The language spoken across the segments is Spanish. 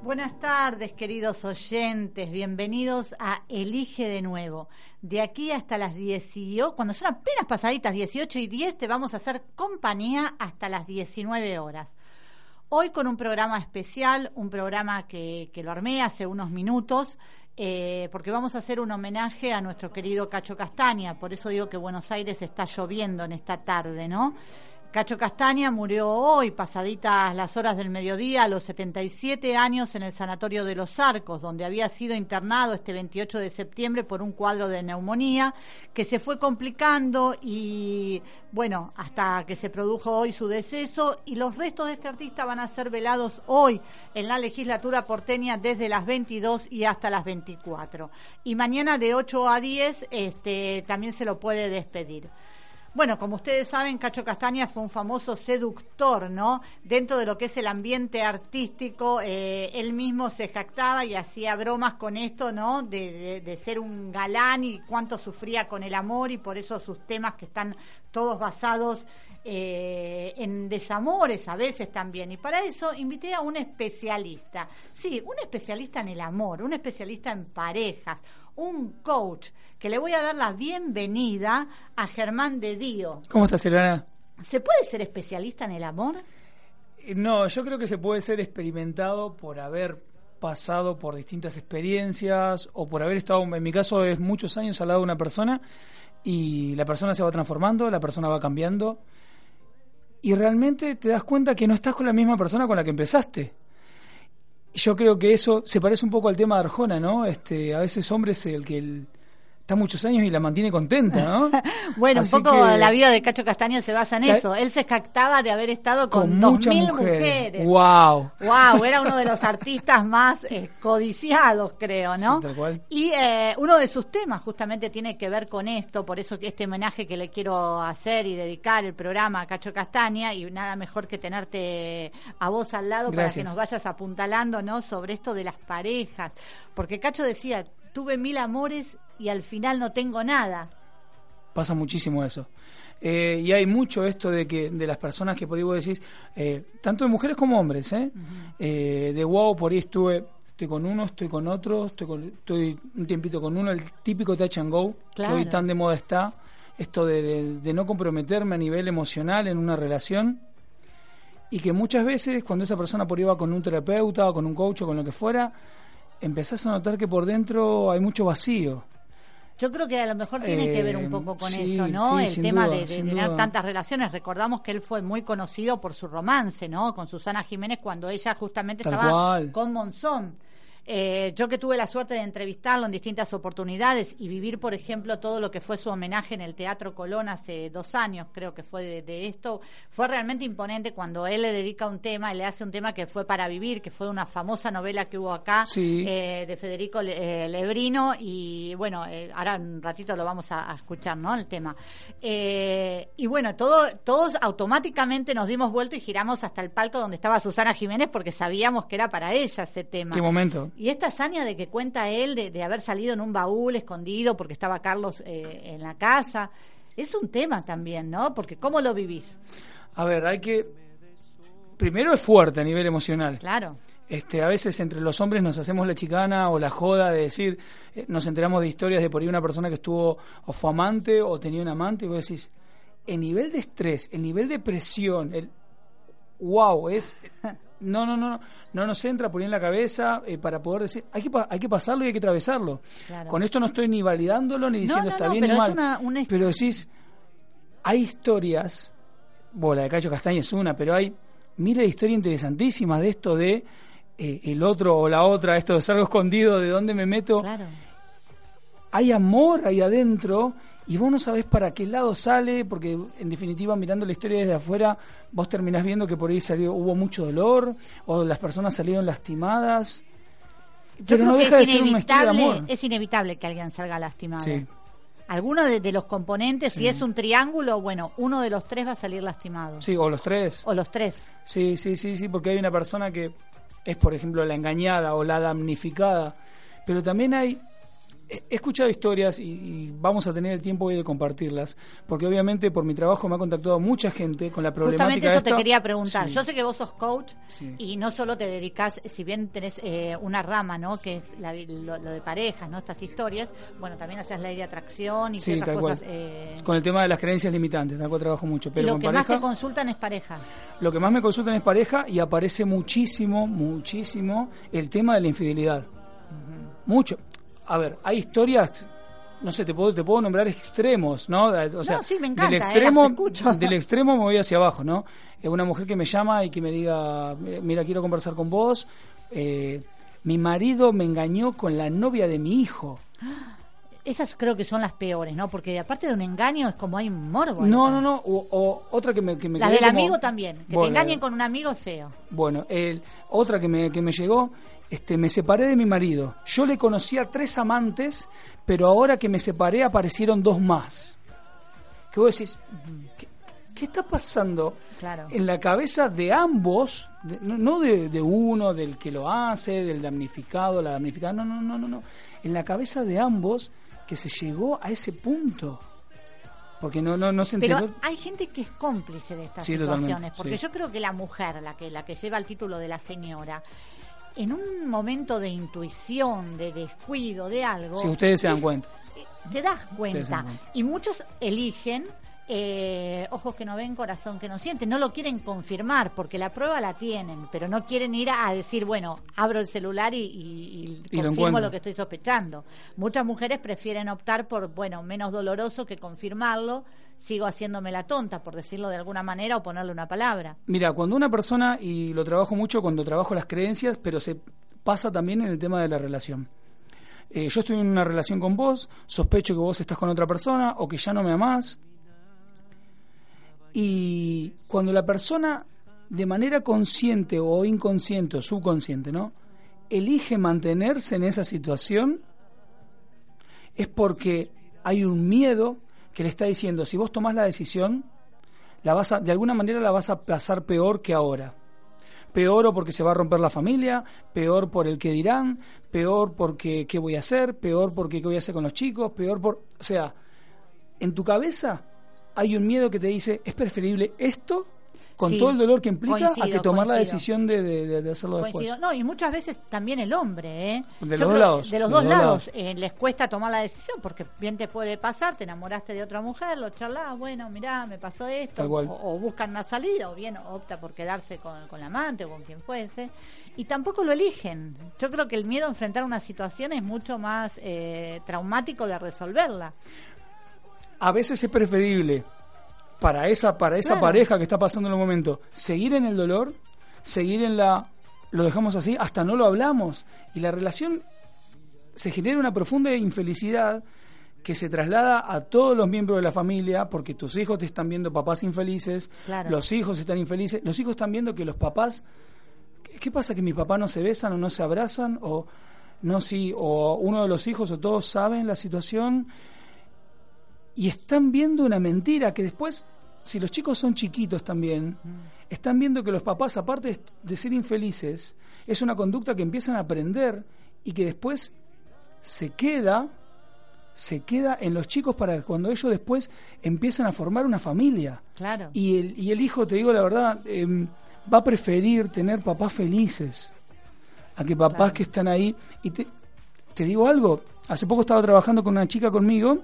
Buenas tardes, queridos oyentes, bienvenidos a Elige de Nuevo. De aquí hasta las 18, cuando son apenas pasaditas 18:10, te vamos a hacer compañía hasta las 19 horas. Hoy con un programa especial, un programa que lo armé hace unos minutos, porque vamos a hacer un homenaje a nuestro querido Cacho Castaña. Por eso digo que Buenos Aires está lloviendo en esta tarde, ¿no? Cacho Castaña murió hoy, pasaditas las horas del mediodía, a los 77 años en el Sanatorio de Los Arcos, donde había sido internado este 28 de septiembre por un cuadro de neumonía que se fue complicando y, bueno, hasta que se produjo hoy su deceso. Y los restos de este artista van a ser velados hoy en la legislatura porteña desde las 22 y hasta las 24. Y mañana de 8 a 10 también se lo puede despedir. Bueno, como ustedes saben, Cacho Castaña fue un famoso seductor, ¿no? Dentro de lo que es el ambiente artístico, él mismo se jactaba y hacía bromas con esto, ¿no? De ser un galán y cuánto sufría con el amor, y por eso sus temas que están todos basados en desamores a veces también. Y para eso invité a un especialista. Sí, un especialista en el amor, un especialista en parejas, un coach, que le voy a dar la bienvenida a Germán de Dio. ¿Cómo estás, Silvana? ¿Se puede ser especialista en el amor? No, yo creo que se puede ser experimentado por haber pasado por distintas experiencias o por haber estado, en mi caso, es muchos años al lado de una persona y la persona se va transformando, la persona va cambiando y realmente te das cuenta que no estás con la misma persona con la que empezaste. Yo creo que eso se parece un poco al tema de Arjona, ¿no? A veces hombre es el que está muchos años y la mantiene contenta, ¿no? Bueno, así un poco que la vida de Cacho Castaña se basa en eso. Él se jactaba de haber estado con 2.000 mujeres. ¡Wow! ¡Wow! Era uno de los artistas más codiciados, creo, ¿no? Sí, tal cual. Y uno de sus temas justamente tiene que ver con esto, por eso que este homenaje que le quiero hacer y dedicar el programa a Cacho Castaña, y nada mejor que tenerte a vos al lado. Gracias. Para que nos vayas apuntalando, ¿no? Sobre esto de las parejas. Porque Cacho decía, tuve 1000 amores y al final no tengo nada. Pasa muchísimo eso. Y hay mucho esto de las personas que por ahí vos decís, tanto de mujeres como hombres, Uh-huh. De wow, por ahí estoy con uno, estoy con otro, estoy un tiempito con uno, el típico touch and go, claro. Que hoy tan de moda está, esto de no comprometerme a nivel emocional en una relación, y que muchas veces cuando esa persona por ahí va con un terapeuta o con un coach o con lo que fuera, empezás a notar que por dentro hay mucho vacío. Yo creo que a lo mejor tiene que ver un poco con sí, eso, ¿no? Sí, el tema duda, de tener tantas relaciones. Recordamos que él fue muy conocido por su romance, ¿no? Con Susana Jiménez, cuando ella justamente estaba con Monzón. Yo que tuve la suerte de entrevistarlo en distintas oportunidades y vivir, por ejemplo, todo lo que fue su homenaje en el Teatro Colón hace 2 años, creo que fue de esto, fue realmente imponente cuando él le dedica un tema, y le hace un tema que fue Para Vivir, que fue una famosa novela que hubo acá, sí. De Federico Lebrino, y bueno, ahora un ratito lo vamos a escuchar, ¿no? El tema. Y bueno, todos automáticamente nos dimos vuelta y giramos hasta el palco donde estaba Susana Jiménez, porque sabíamos que era para ella ese tema. ¿Qué momento? Y esta hazaña de que cuenta él de haber salido en un baúl escondido porque estaba Carlos en la casa, es un tema también, ¿no? Porque ¿cómo lo vivís? A ver, primero es fuerte a nivel emocional. Claro. A veces entre los hombres nos hacemos la chicana o la joda de decir, nos enteramos de historias de por ahí una persona que estuvo o fue amante o tenía un amante, y vos decís, el nivel de estrés, el nivel de presión, wow, no nos entra por ahí en la cabeza para poder decir, hay que pasarlo y hay que atravesarlo. Claro. Con esto no estoy ni validándolo ni diciendo está bien ni mal, pero decís, hay historias, la de Cacho Castaña es una, pero hay miles de historias interesantísimas de esto de el otro o la otra, esto de salgo escondido, de dónde me meto. Claro. Hay amor ahí adentro y vos no sabés para qué lado sale, porque en definitiva mirando la historia desde afuera vos terminás viendo que por ahí hubo mucho dolor o las personas salieron lastimadas. Pero no deja de ser una historia de amor. Es inevitable que alguien salga lastimado. Sí. Alguno de los componentes, sí. Si es un triángulo, bueno, uno de los 3 va a salir lastimado. Sí, o los 3. O los 3. Sí, porque hay una persona que es, por ejemplo, la engañada o la damnificada. Pero también hay he escuchado historias y vamos a tener el tiempo hoy de compartirlas, porque obviamente por mi trabajo me ha contactado mucha gente con la problemática. Justamente eso esta. te quería preguntar. Sí. Yo sé que vos sos coach Sí. y no solo te dedicás, si bien tenés una rama, ¿no? Que es lo de parejas, ¿no? Estas historias, bueno, también haces ley de atracción y Sí, otras tal cosas. cual. Con el tema de las creencias limitantes, tal cual trabajo mucho. Pero y lo con que pareja, más te consultan es pareja. lo que más me consultan es pareja y aparece muchísimo el tema de la infidelidad. Mucho. A ver, hay historias, no sé, te puedo nombrar extremos, ¿no? O sea, No, sí, me encanta, del escucho. del extremo me voy hacia abajo, ¿no? Una mujer que me llama y que me diga, mira, quiero conversar con vos, mi marido me engañó con la novia de mi hijo. Esas creo que son las peores, ¿no? Porque aparte de un engaño es como hay un morbo. No, ¿no? o otra que me La quedé del como- amigo también. Que te Bueno, engañen con un amigo es feo. Bueno, otra que me llegó, me separé de mi marido. Yo le conocía 3 amantes, pero ahora que me separé aparecieron 2 más. Que vos decís, ¿qué está pasando Claro. en la cabeza de ambos? No de uno, del que lo hace, del damnificado, la damnificada. No. En la cabeza de ambos que se llegó a ese punto. Porque no se enteró. Pero hay gente que es cómplice de estas Sí, situaciones, totalmente, porque sí. yo creo que la mujer, la que lleva el título de la señora, en un momento de intuición, de descuido, de algo, Si ustedes se dan cuenta. te das Ustedes se cuenta. dan cuenta. Y muchos eligen ojos que no ven, corazón que no siente. No lo quieren confirmar porque la prueba la tienen, pero no quieren ir a decir, bueno, abro el celular y Y lo confirmo encuentro. lo que estoy sospechando. Muchas mujeres prefieren optar por, bueno, menos doloroso que confirmarlo. Sigo haciéndome la tonta, por decirlo de alguna manera, o ponerle una palabra. Mira, cuando una persona, y lo trabajo mucho cuando trabajo las creencias, pero se pasa también en el tema de la relación. Yo estoy en una relación con vos, sospecho que vos estás con otra persona o que ya no me amás. Y cuando la persona, de manera consciente o inconsciente o subconsciente, ¿no?, elige mantenerse en esa situación, es porque hay un miedo que le está diciendo, si vos tomás la decisión, de alguna manera la vas a pasar peor que ahora. Peor o porque se va a romper la familia, peor por el que dirán, peor porque qué voy a hacer, peor porque qué voy a hacer con los chicos, o sea, en tu cabeza hay un miedo que te dice, es preferible esto, con Sí, todo el dolor que implica, coincido, a que tomar la coincido. decisión de hacerlo Coincido. después. No, y muchas veces también el hombre, De Yo los dos creo- lados. De los dos lados. Les cuesta tomar la decisión porque bien te puede pasar, te enamoraste de otra mujer, lo charlás, bueno, mirá, me pasó esto, Tal cual. o buscan una salida, o bien opta por quedarse con la amante o con quien fuese, y tampoco lo eligen. Yo creo que el miedo a enfrentar una situación es mucho más traumático de resolverla. A veces es preferible para esa Claro. pareja que está pasando en el momento seguir en el dolor, seguir en lo dejamos así, hasta no lo hablamos, y la relación se genera una profunda infelicidad que se traslada a todos los miembros de la familia, porque tus hijos te están viendo papás infelices, Claro. los hijos están infelices, los hijos están viendo que los papás, ¿qué pasa que mis papás no se besan o no se abrazan? O uno de los hijos o todos saben la situación y están viendo una mentira que después, si los chicos son chiquitos también, están viendo que los papás, aparte de ser infelices, es una conducta que empiezan a aprender y que después se queda en los chicos para cuando ellos después empiezan a formar una familia. Claro. Y el hijo, te digo la verdad, va a preferir tener papás felices a que papás Claro. que están ahí. Y te digo algo, hace poco estaba trabajando con una chica conmigo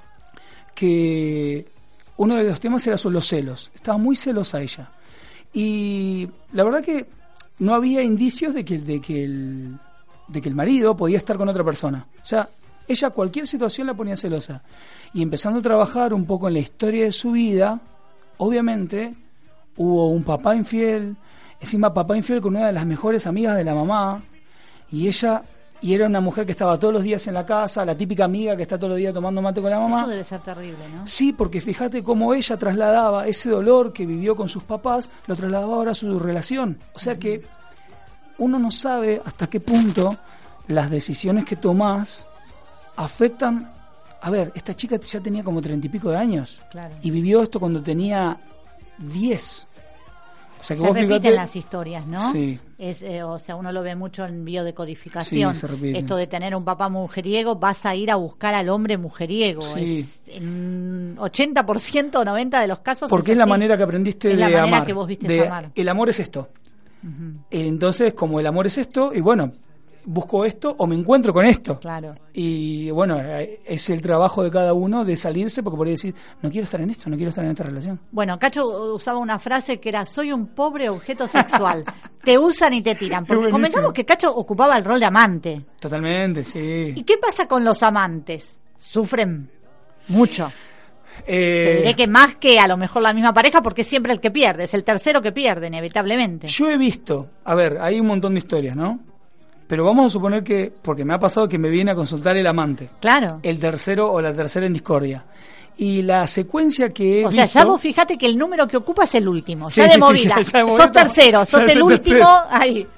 que uno de los temas era sobre los celos. Estaba muy celosa ella. Y la verdad que no había indicios de que el marido podía estar con otra persona. O sea, ella cualquier situación la ponía celosa. Y empezando a trabajar un poco en la historia de su vida, obviamente hubo un papá infiel, encima papá infiel con una de las mejores amigas de la mamá, y era una mujer que estaba todos los días en la casa, la típica amiga que está todos los días tomando mate con la mamá. Eso debe ser terrible, ¿no? Sí, porque fíjate cómo ella trasladaba ese dolor que vivió con sus papás, lo trasladaba ahora a su relación. O sea que uno no sabe hasta qué punto las decisiones que tomás afectan. A ver, esta chica ya tenía como 30 y pico de años. Claro. Y vivió esto cuando tenía 10. O sea, que se vos repiten fíjate, las historias, ¿no? Sí. O sea, uno lo ve mucho en biodecodificación. Sí, se repite. Esto de tener un papá mujeriego, vas a ir a buscar al hombre mujeriego. Sí. En 80% o 90% de los casos. Porque es la manera que aprendiste es de la manera amar. que vos viste de amar. El amor es esto. Entonces, como el amor es esto, y bueno, busco esto o me encuentro con esto. Claro. Y bueno, es el trabajo de cada uno de salirse, porque podría decir, no quiero estar en esto, no quiero estar en esta relación. Bueno, Cacho usaba una frase que era, soy un pobre objeto sexual. Te usan y te tiran. Porque convengamos que Cacho ocupaba el rol de amante. Totalmente, sí. ¿Y qué pasa con los amantes? Sufren mucho. Te diré que más que a lo mejor la misma pareja, porque es siempre el que pierde, es el tercero que pierde, inevitablemente. Yo he visto, a ver, hay un montón de historias, ¿no? Pero vamos a suponer que, porque me ha pasado que me viene a consultar el amante. Claro. El tercero o la tercera en discordia. Y la secuencia que he visto... O sea, ya vos fíjate que el número que ocupa es el último. Sí, ya de sí, movida. Sí, ya de movida. Sos tercero, sos el último. Ahí.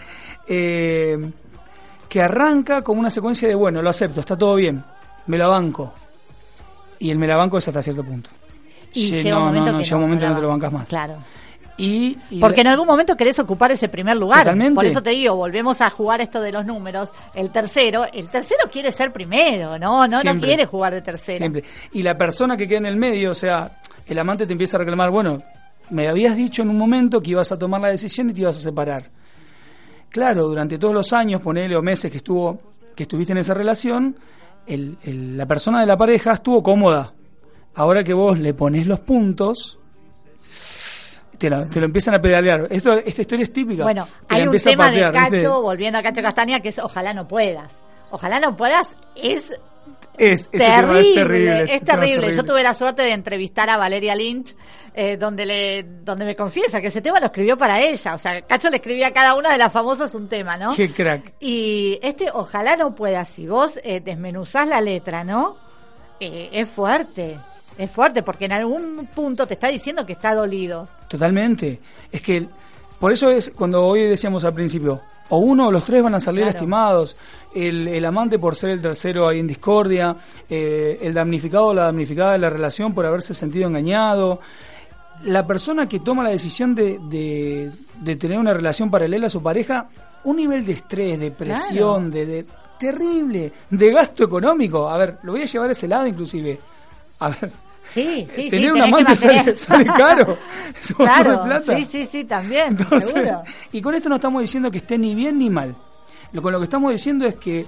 Que arranca como una secuencia de, bueno, lo acepto, está todo bien, me la banco. Y el me la banco es hasta cierto punto. Y llega un momento que llega un momento que no te lo bancas más. Claro. Y porque en algún momento querés ocupar ese primer lugar. Totalmente. Por eso te digo, volvemos a jugar esto de los números. El tercero quiere ser primero, no quiere jugar de tercero. Siempre. Y la persona que queda en el medio, o sea, el amante te empieza a reclamar, bueno, me habías dicho en un momento que ibas a tomar la decisión y te ibas a separar. Claro, durante todos los años, ponele, o meses que estuviste en esa relación, la persona de la pareja estuvo cómoda. Ahora que vos le ponés los puntos, te lo empiezan a pedalear. Esta historia es típica. Bueno, que hay un tema patear, de Cacho, ¿viste? volviendo a Cacho Castaña, que es ojalá no puedas. Ojalá no puedas es terrible. Es terrible. Yo tuve la suerte de entrevistar a Valeria Lynch, donde me confiesa que ese tema lo escribió para ella. O sea, Cacho le escribía a cada una de las famosas un tema, ¿no? Qué crack. Y ojalá no puedas, si vos desmenuzás la letra, ¿no? Es fuerte. Es fuerte, porque en algún punto te está diciendo que está dolido. Totalmente. Es que, por eso es cuando hoy decíamos al principio, o uno o los tres van a salir lastimados. El amante por ser el tercero ahí en discordia, el damnificado o la damnificada de la relación por haberse sentido engañado. La persona que toma la decisión de tener una relación paralela a su pareja, un nivel de estrés, de presión, de terrible, de gasto económico. A ver, lo voy a llevar a ese lado inclusive. A ver, sí, tener un amante sale caro. Es un montón de plata. Sí, también. Entonces, seguro. Y con esto no estamos diciendo que esté ni bien ni mal. Con lo que estamos diciendo es que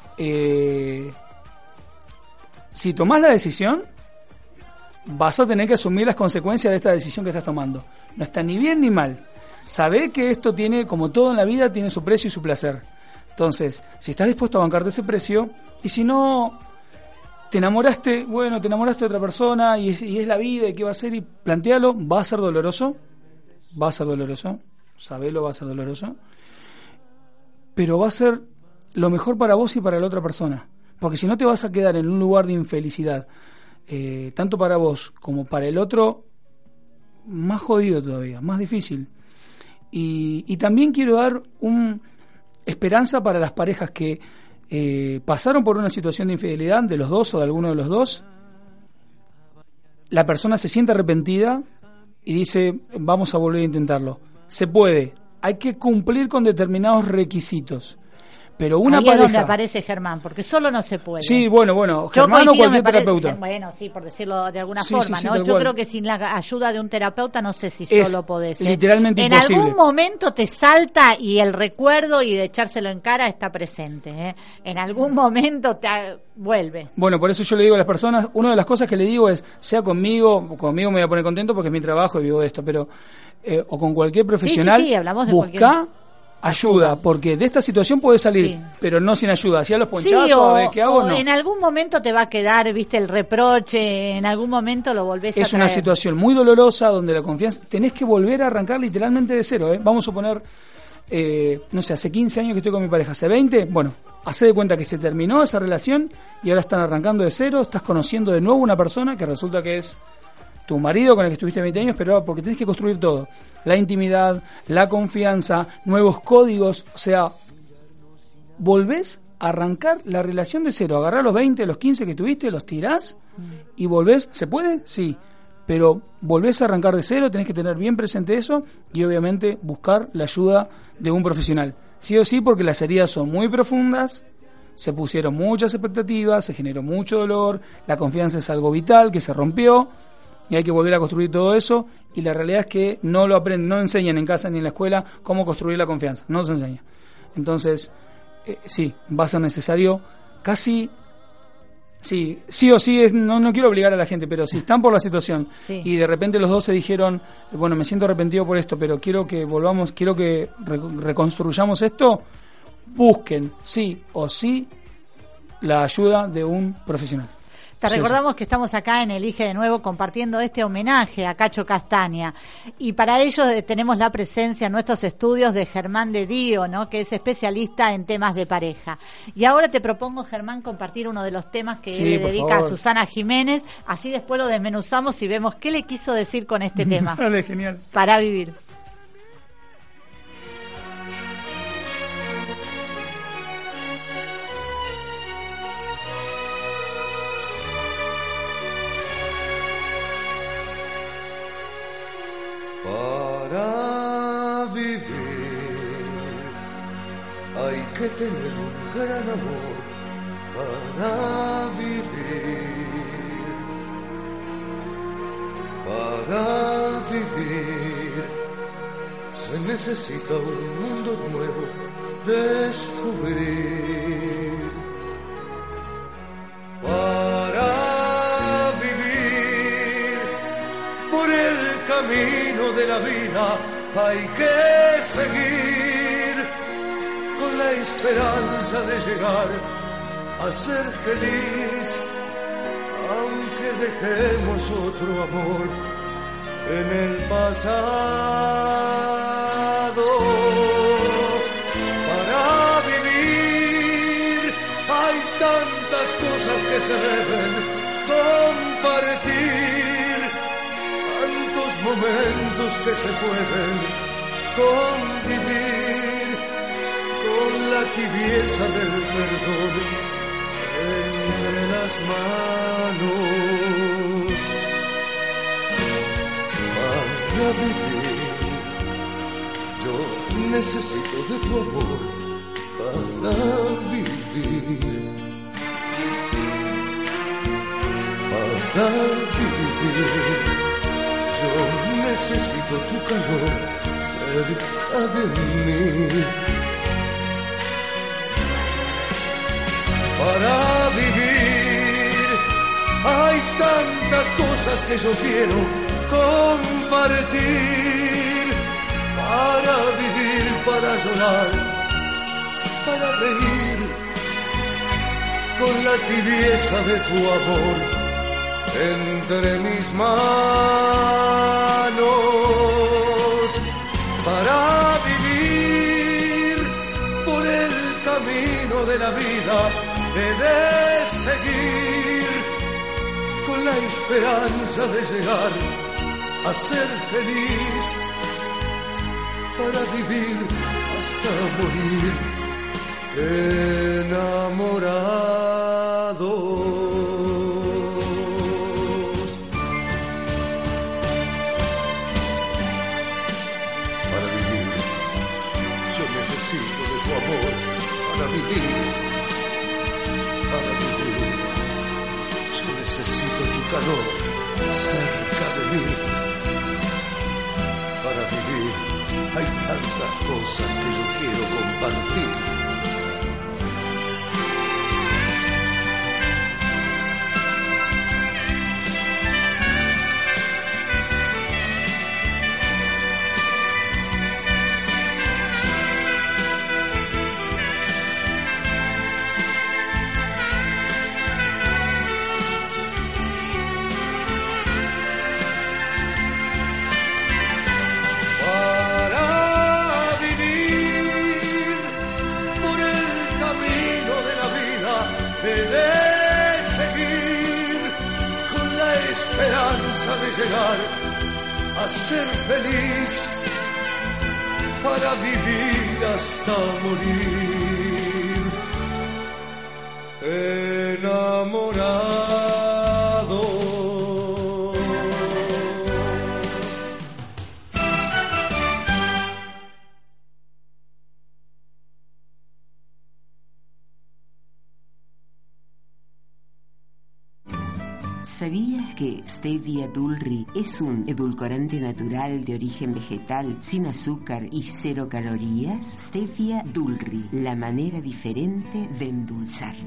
si tomás la decisión, vas a tener que asumir las consecuencias de esta decisión que estás tomando. No está ni bien ni mal. Sabé que esto tiene, como todo en la vida, tiene su precio y su placer. Entonces, si estás dispuesto a bancarte ese precio, y si no te enamoraste de otra persona y es la vida y qué va a ser, y plantéalo, va a ser doloroso, sabelo, va a ser doloroso, pero va a ser lo mejor para vos y para la otra persona, porque si no te vas a quedar en un lugar de infelicidad, tanto para vos como para el otro, más jodido todavía, más difícil. Y también quiero dar esperanza para las parejas que pasaron por una situación de infidelidad de los dos o de alguno de los dos. La persona se siente arrepentida y dice, vamos a volver a intentarlo. Se puede, hay que cumplir con determinados requisitos. Pero una ahí pareja... es donde aparece Germán, porque solo no se puede. Sí, bueno, Germán o cualquier terapeuta. Bueno, sí, por decirlo de alguna Sí, forma, sí, ¿no? tal Yo cual. creo que sin la ayuda de un terapeuta no sé si Es solo podés. literalmente en imposible. algún momento te salta y el recuerdo y de echárselo en cara está presente, En algún momento te vuelve. Bueno, por eso yo le digo a las personas, una de las cosas que le digo es, sea conmigo me voy a poner contento porque es mi trabajo y vivo de esto, pero o con cualquier profesional, sí, hablamos de busca ayuda, porque de esta situación puedes salir, pero no sin ayuda. Hacía los ponchazos, a ver qué hago, no. En algún momento te va a quedar, viste, el reproche, en algún momento lo volvés a traer. Es una situación muy dolorosa donde la confianza, tenés que volver a arrancar literalmente de cero, Vamos a suponer, no sé, hace 15 años que estoy con mi pareja, hace 20, bueno, hacé de cuenta que se terminó esa relación y ahora están arrancando de cero, estás conociendo de nuevo una persona que resulta que es tu marido con el que estuviste 20 años, pero porque tenés que construir todo. La intimidad, la confianza, nuevos códigos, o sea, volvés a arrancar la relación de cero, agarrás los 20, los 15 que tuviste, los tirás y volvés. ¿Se puede? Sí. pero volvés a arrancar de cero, tenés que tener bien presente eso y obviamente buscar la ayuda de un profesional. Sí o sí, porque las heridas son muy profundas, se pusieron muchas expectativas, se generó mucho dolor, la confianza es algo vital que se rompió y hay que volver a construir todo eso, y la realidad es que no lo aprenden, no enseñan en casa ni en la escuela cómo construir la confianza, no se enseña. Entonces, sí, va a ser necesario casi... Sí o sí, no quiero obligar a la gente, pero si están por la situación y de repente los dos se dijeron, bueno, me siento arrepentido por esto, pero quiero que reconstruyamos esto, busquen sí o sí la ayuda de un profesional. Te recordamos que estamos acá en Elige de Nuevo compartiendo este homenaje a Cacho Castaña, y para ello tenemos la presencia en nuestros estudios de Germán de Dío, ¿no?, que es especialista en temas de pareja. Y ahora te propongo, Germán, compartir uno de los temas que él le dedica a Susana Jiménez, así después lo desmenuzamos y vemos qué le quiso decir con este tema. Dale, genial. Para vivir. Para vivir hay que tener un gran amor. Para vivir se necesita un mundo nuevo descubrir. Para vivir por el camino de la vida hay que seguir con la esperanza de llegar a ser feliz, aunque dejemos otro amor en el pasado. Para vivir hay tantas cosas que se deben compartir, momentos que se pueden convivir con la tibieza del perdón entre las manos. Para vivir yo necesito de tu amor. Para vivir, para vivir yo necesito tu calor cerca de mí. Para vivir hay tantas cosas que yo quiero compartir. Para vivir, para llorar, para reír con la tibieza de tu amor entre mis manos. Para vivir por el camino de la vida he de seguir con la esperanza de llegar a ser feliz. Para vivir hasta morir enamorado. Para vivir, yo necesito tu calor cerca de mí. Para vivir hay tantas cosas que yo quiero compartir. Llegar a ser feliz, para vivir hasta morir enamorado. ¿Sabías que Stevia dulri es un edulcorante natural de origen vegetal, sin azúcar y 0 calorías? Stevia dulri, la manera diferente de endulzar.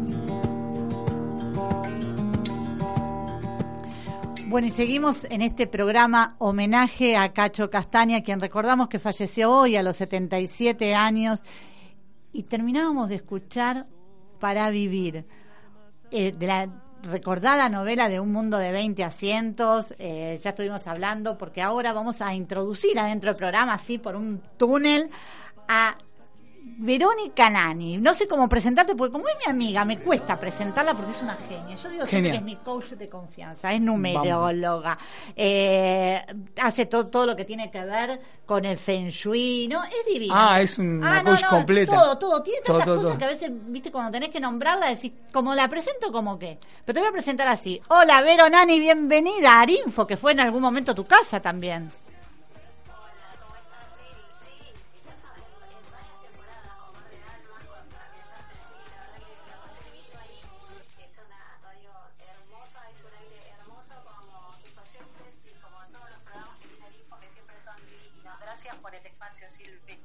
Bueno, y seguimos en este programa homenaje a Cacho Castaña, quien recordamos que falleció hoy a los 77 años, y terminábamos de escuchar Para Vivir, de la recordada novela de Un mundo de 20 asientos. Ya estuvimos hablando, porque ahora vamos a introducir adentro del programa, así por un túnel, a Verónica Nani. No sé cómo presentarte, porque como es mi amiga, me cuesta presentarla porque es una genia. Yo digo siempre que es mi coach de confianza, es numeróloga, hace todo lo que tiene que ver con el Feng Shui, ¿no? Es divina. Es una coach completa. Todo. Tiene tantas cosas que a veces, viste, cuando tenés que nombrarla, decís, ¿cómo la presento? ¿Cómo qué? Pero te voy a presentar así. Hola, Vero Nani, bienvenida a Arinfo, que fue en algún momento tu casa también. Por el espacio, Silvi.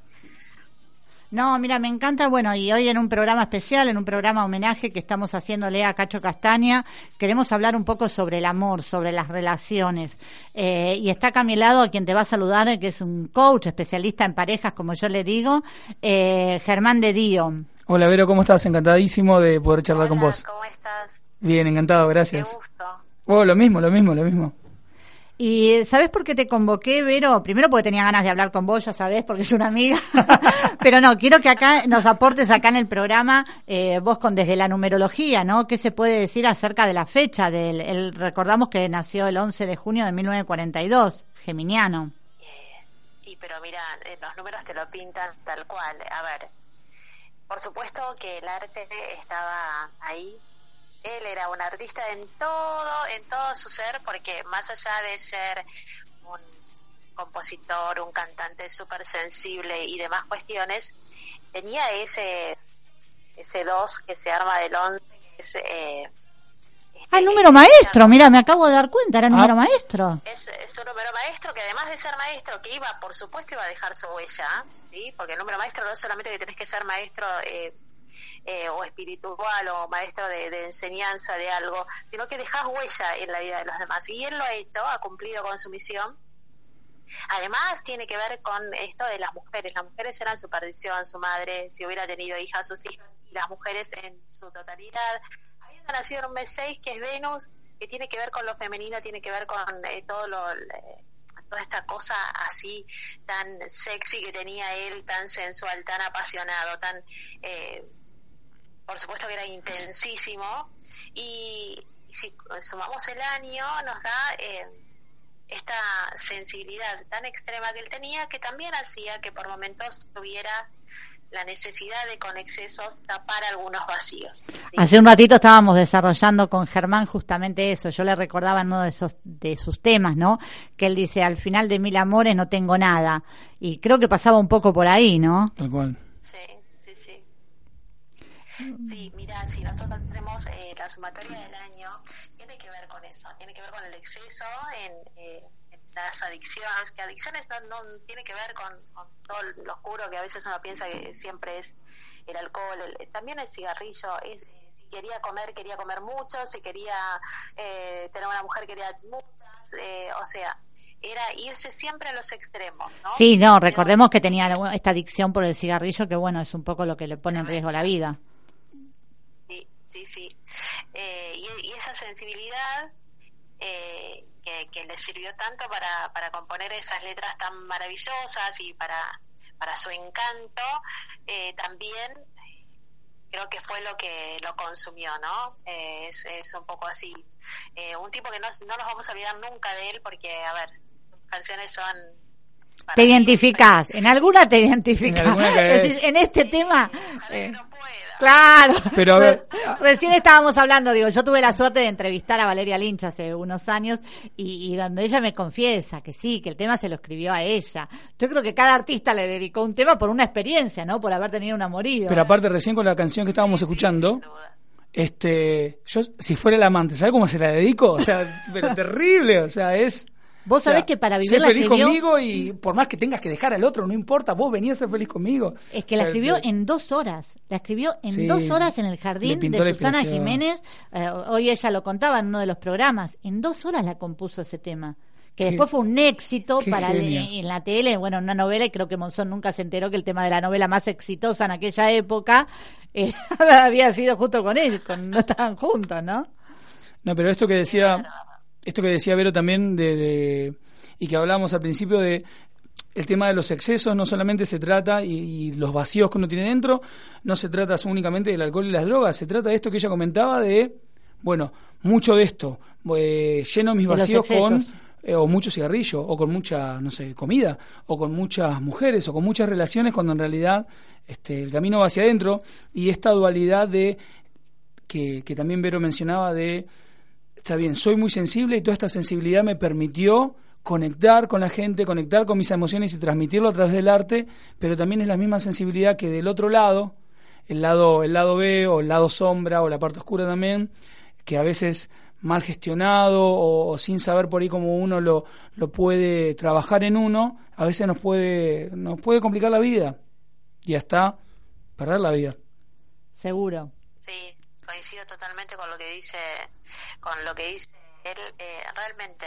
No, mira, me encanta, bueno, y hoy en un programa especial, en un programa homenaje que estamos haciéndole a Cacho Castaña, queremos hablar un poco sobre el amor, sobre las relaciones, y está acá a mi lado, a quien te va a saludar, que es un coach especialista en parejas, como yo le digo, Germán de Dío. Hola, Vero, ¿cómo estás? Encantadísimo de poder charlar con vos. ¿Cómo estás? Bien, encantado, gracias. Qué gusto. Lo mismo. Y ¿sabés por qué te convoqué, Vero? Primero porque tenía ganas de hablar con vos, ya sabés, porque es una amiga. Pero no, quiero que acá nos aportes acá en el programa, vos desde la numerología, ¿no? ¿Qué se puede decir acerca de la fecha? Recordamos que nació el 11 de junio de 1942, geminiano. Pero mira, los números te lo pintan tal cual. A ver, por supuesto que el arte estaba ahí. Él era un artista en todo su ser, porque más allá de ser un compositor, un cantante súper sensible y demás cuestiones, tenía ese 2 que se arma del 11, que es... el número maestro, mira, me acabo de dar cuenta, era el número maestro. Es un número maestro que, además de ser maestro, que por supuesto iba a dejar su huella, ¿sí? Porque el número maestro no es solamente que tenés que ser maestro... o espiritual o maestro de enseñanza de algo, sino que dejás huella en la vida de los demás, y él lo ha hecho, ha cumplido con su misión. Además tiene que ver con esto de las mujeres eran su perdición, su madre, si hubiera tenido hijas, sus hijas, y las mujeres en su totalidad, habiendo nacido en un mes 6 que es Venus, que tiene que ver con lo femenino, tiene que ver con toda esta cosa así tan sexy que tenía él, tan sensual, tan apasionado, tan por supuesto que era intensísimo, y si sumamos el año nos da esta sensibilidad tan extrema que él tenía, que también hacía que por momentos tuviera la necesidad de, con excesos, tapar algunos vacíos, ¿sí? Hace un ratito estábamos desarrollando con Germán justamente eso. Yo le recordaba en uno de sus temas, ¿no? Que él dice, al final de 1000 amores no tengo nada. Y creo que pasaba un poco por ahí, ¿no? Tal cual. Sí, mira, si nosotros hacemos la sumatoria del año, tiene que ver con eso, tiene que ver con el exceso en las adicciones, que adicciones no tiene que ver con todo lo oscuro que a veces uno piensa que siempre es el alcohol, también el cigarrillo, si quería comer mucho, si quería tener una mujer, quería muchas, o sea, era irse siempre a los extremos, ¿no? Sí, no, recordemos que tenía esta adicción por el cigarrillo, que bueno, es un poco lo que le pone en riesgo la vida. Sí. Y esa sensibilidad que le sirvió tanto para componer esas letras tan maravillosas y para su encanto, también creo que fue lo que lo consumió, ¿no? Es un poco así. Un tipo que no nos vamos a olvidar nunca de él, porque, a ver, sus canciones son... Te identificás, en alguna te identificás. En este tema... Claro, pero a ver, recién estábamos hablando, yo tuve la suerte de entrevistar a Valeria Lynch hace unos años y donde ella me confiesa que sí, que el tema se lo escribió a ella. Yo creo que cada artista le dedicó un tema por una experiencia, ¿no? Por haber tenido un amorío. Pero aparte, recién con la canción que estábamos escuchando, Yo, si fuera el amante, ¿sabes cómo se la dedico? O sea, pero terrible, o sea, es... Vos sabés que para vivir ser la feliz escribió... conmigo y por más que tengas que dejar al otro, no importa, vos venías a ser feliz conmigo. Es que la escribió en 2 horas. La escribió en 2 horas en el jardín de Susana Jiménez. Hoy ella lo contaba en uno de los programas. En 2 horas la compuso ese tema. Que después fue un éxito para en la tele, bueno, una novela, y creo que Monzón nunca se enteró que el tema de la novela más exitosa en aquella época había sido justo con él, no estaban juntos, ¿no? No, pero esto que decía Vero también y que hablábamos al principio de el tema de los excesos, no solamente se trata y los vacíos que uno tiene dentro, no se trata únicamente del alcohol y las drogas, se trata de esto que ella comentaba de, bueno, mucho de esto, lleno mis vacíos con o mucho cigarrillo, o con mucha, no sé, comida, o con muchas mujeres, o con muchas relaciones, cuando en realidad el camino va hacia adentro, y esta dualidad de que también Vero mencionaba de, está bien, soy muy sensible y toda esta sensibilidad me permitió conectar con la gente, conectar con mis emociones y transmitirlo a través del arte, pero también es la misma sensibilidad que del otro lado, el lado B o el lado sombra o la parte oscura también, que a veces mal gestionado o sin saber por ahí cómo uno lo puede trabajar en uno, a veces nos puede complicar la vida y hasta perder la vida. Seguro. Sí, coincido totalmente con lo que dice él. Realmente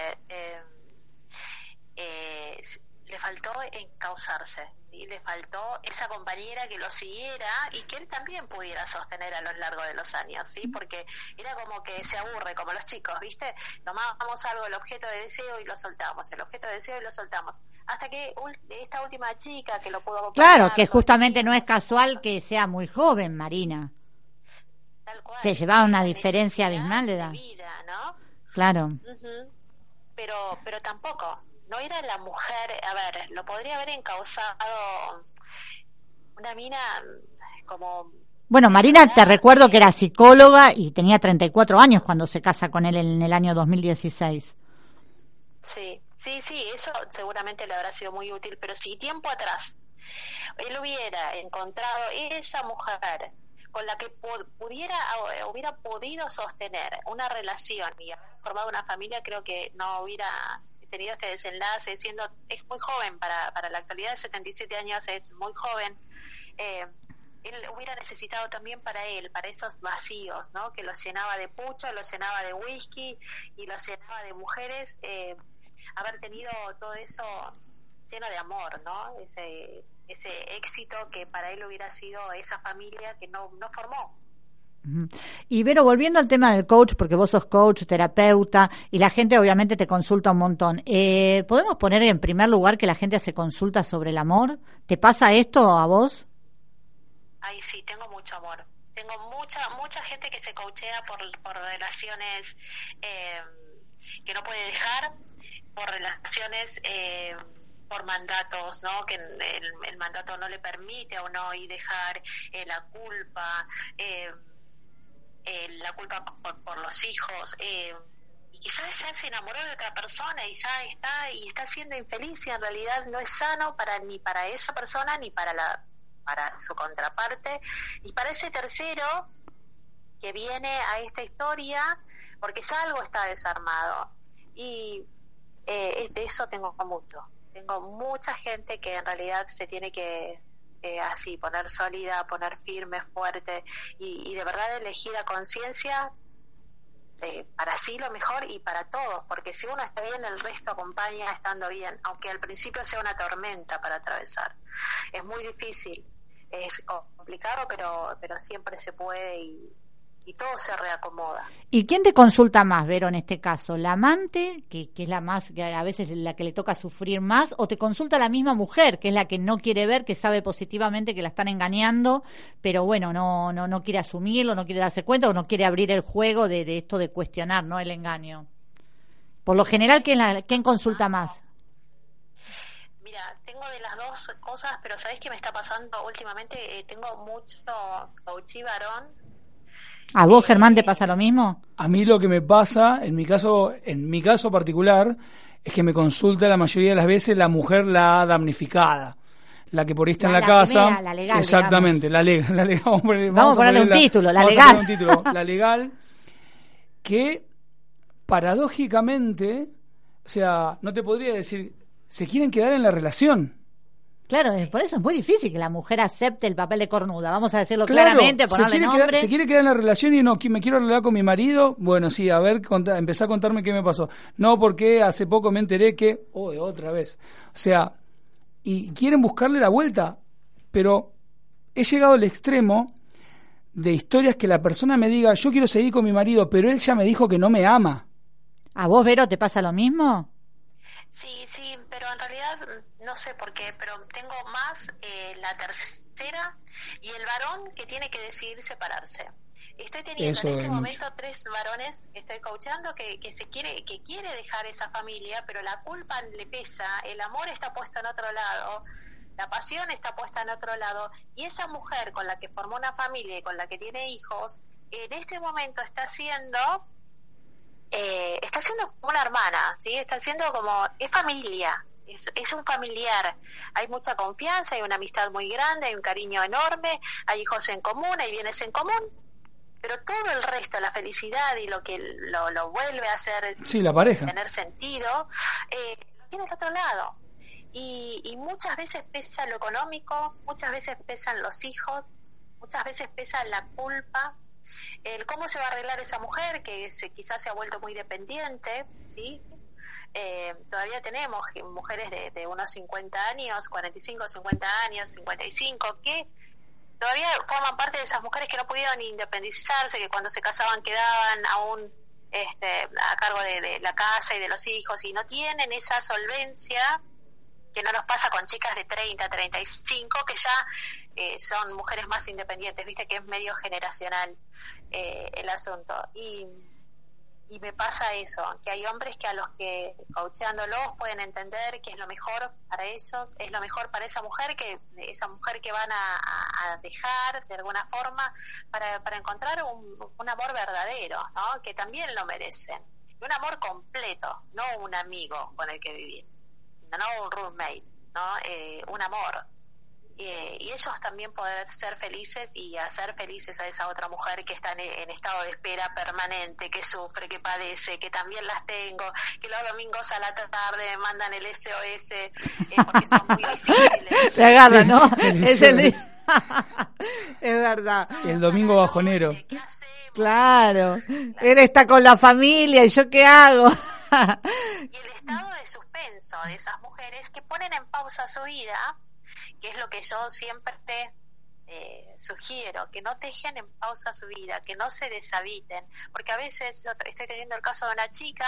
le faltó encauzarse, ¿sí? Le faltó esa compañera que lo siguiera y que él también pudiera sostener a lo largo de los años, ¿sí? Porque era como que se aburre, como los chicos, ¿viste? Tomábamos algo, el objeto de deseo, y lo soltamos, hasta que esta última chica que lo pudo acompañar... Claro, que justamente no es casual que sea muy joven, Marina. Tal cual, se llevaba una diferencia abismal de edad. Vida, ¿no? Claro. Uh-huh. Pero tampoco, no era la mujer, a ver, lo podría haber encauzado una mina como... Bueno, Marina, te recuerdo que era psicóloga y tenía 34 años cuando se casa con él en el año 2016. Sí, eso seguramente le habrá sido muy útil, pero si tiempo atrás él hubiera encontrado esa mujer con la que hubiera podido sostener una relación y haber formado una familia, creo que no hubiera tenido este desenlace, es muy joven para la actualidad, de 77 años, es muy joven. Él hubiera necesitado también para esos vacíos, ¿no? Que los llenaba de pucho, los llenaba de whisky y los llenaba de mujeres, haber tenido todo eso lleno de amor, ¿no? Ese éxito que para él hubiera sido esa familia que no formó. Y Vero, volviendo al tema del coach, porque vos sos coach, terapeuta, y la gente obviamente te consulta un montón. ¿Podemos poner en primer lugar que la gente hace consultas sobre el amor? ¿Te pasa esto a vos? Ay, sí, tengo mucho amor. Tengo mucha gente que se coachea por relaciones que no puede dejar, por relaciones... por mandatos, ¿no? Que el mandato no le permite a uno y dejar la culpa por los hijos, y quizás ya se enamoró de otra persona y ya está siendo infeliz, y en realidad no es sano ni para esa persona ni para su contraparte, y para ese tercero que viene a esta historia porque ya algo está desarmado. Y de eso tengo mucha gente que en realidad se tiene que así poner sólida, poner firme, fuerte, y de verdad elegir a conciencia para sí lo mejor y para todos, porque si uno está bien, el resto acompaña estando bien, aunque al principio sea una tormenta para atravesar. Es muy difícil, es complicado, pero siempre se puede y todo se reacomoda. ¿Y quién te consulta más, Vero, en este caso? ¿La amante, que es la más, que a veces la que le toca sufrir más, o te consulta la misma mujer, que es la que no quiere ver, que sabe positivamente que la están engañando, pero bueno, no quiere asumirlo, no quiere darse cuenta, o no quiere abrir el juego de esto de cuestionar, ¿no? El engaño. Por lo general, ¿quién consulta más? Mira, tengo de las dos cosas, pero ¿sabés qué me está pasando últimamente? Tengo mucho coachí varón. ¿A vos, Germán, te pasa lo mismo? A mí lo que me pasa, en mi caso particular, es que me consulta la mayoría de las veces la mujer la damnificada, la que por ahí está en la casa. Primera, la legal. Exactamente, digamos. la legal. Vamos a ponerle un título, la legal. La legal, que paradójicamente, o sea, no te podría decir, se quieren quedar en la relación. Claro, por eso es muy difícil que la mujer acepte el papel de cornuda. Vamos a decirlo claramente, ponerle nombre. Se quiere quedar en la relación y no, me quiero arreglar con mi marido. Bueno, sí, a ver, empezá a contarme qué me pasó. No, porque hace poco me enteré que... otra vez. O sea, y quieren buscarle la vuelta. Pero he llegado al extremo de historias que la persona me diga, yo quiero seguir con mi marido, pero él ya me dijo que no me ama. ¿A vos, Vero, te pasa lo mismo? Sí, pero en realidad no sé por qué, pero tengo más la tercera y el varón que tiene que decidir separarse. Estoy teniendo en este momento 3 varones, estoy coachando que quiere dejar esa familia, pero la culpa le pesa, el amor está puesto en otro lado, la pasión está puesta en otro lado, y esa mujer con la que formó una familia y con la que tiene hijos, en este momento está siendo como una hermana, ¿sí? Está siendo como, es familia, es un familiar, hay mucha confianza, hay una amistad muy grande, hay un cariño enorme, hay hijos en común, hay bienes en común, pero todo el resto, la felicidad y lo que lo vuelve a hacer, la pareja, tener sentido, lo tiene al otro lado. Y muchas veces pesa lo económico, muchas veces pesan los hijos, muchas veces pesa la culpa, el cómo se va a arreglar esa mujer que quizás se ha vuelto muy dependiente, ¿sí? Todavía tenemos mujeres de unos 50 años, 45, 50 años, 55, que todavía forman parte de esas mujeres que no pudieron independizarse, que cuando se casaban quedaban aún a cargo de la casa y de los hijos, y no tienen esa solvencia que no nos pasa con chicas de 30, 35, que ya son mujeres más independientes, viste que es medio generacional el asunto, y me pasa eso, que hay hombres que a los que coacheándolos pueden entender que es lo mejor para ellos, es lo mejor para esa mujer que van a dejar de alguna forma para encontrar un amor verdadero, ¿no? Que también lo merecen, y un amor completo, no un amigo con el que vivir, no un roommate, ¿no? Un amor. Y ellos también poder ser felices y hacer felices a esa otra mujer que está en estado de espera permanente, que sufre, que padece, que también las tengo, que los domingos a la tarde me mandan el SOS porque son muy difíciles. Se agarran, ¿no? Es verdad. El domingo bajonero. Claro. Él está con la familia y yo qué hago. Y el estado de suspenso de esas mujeres que ponen en pausa su vida, que es lo que yo siempre sugiero, que no dejen en pausa su vida, que no se deshabiten, porque a veces yo estoy teniendo el caso de una chica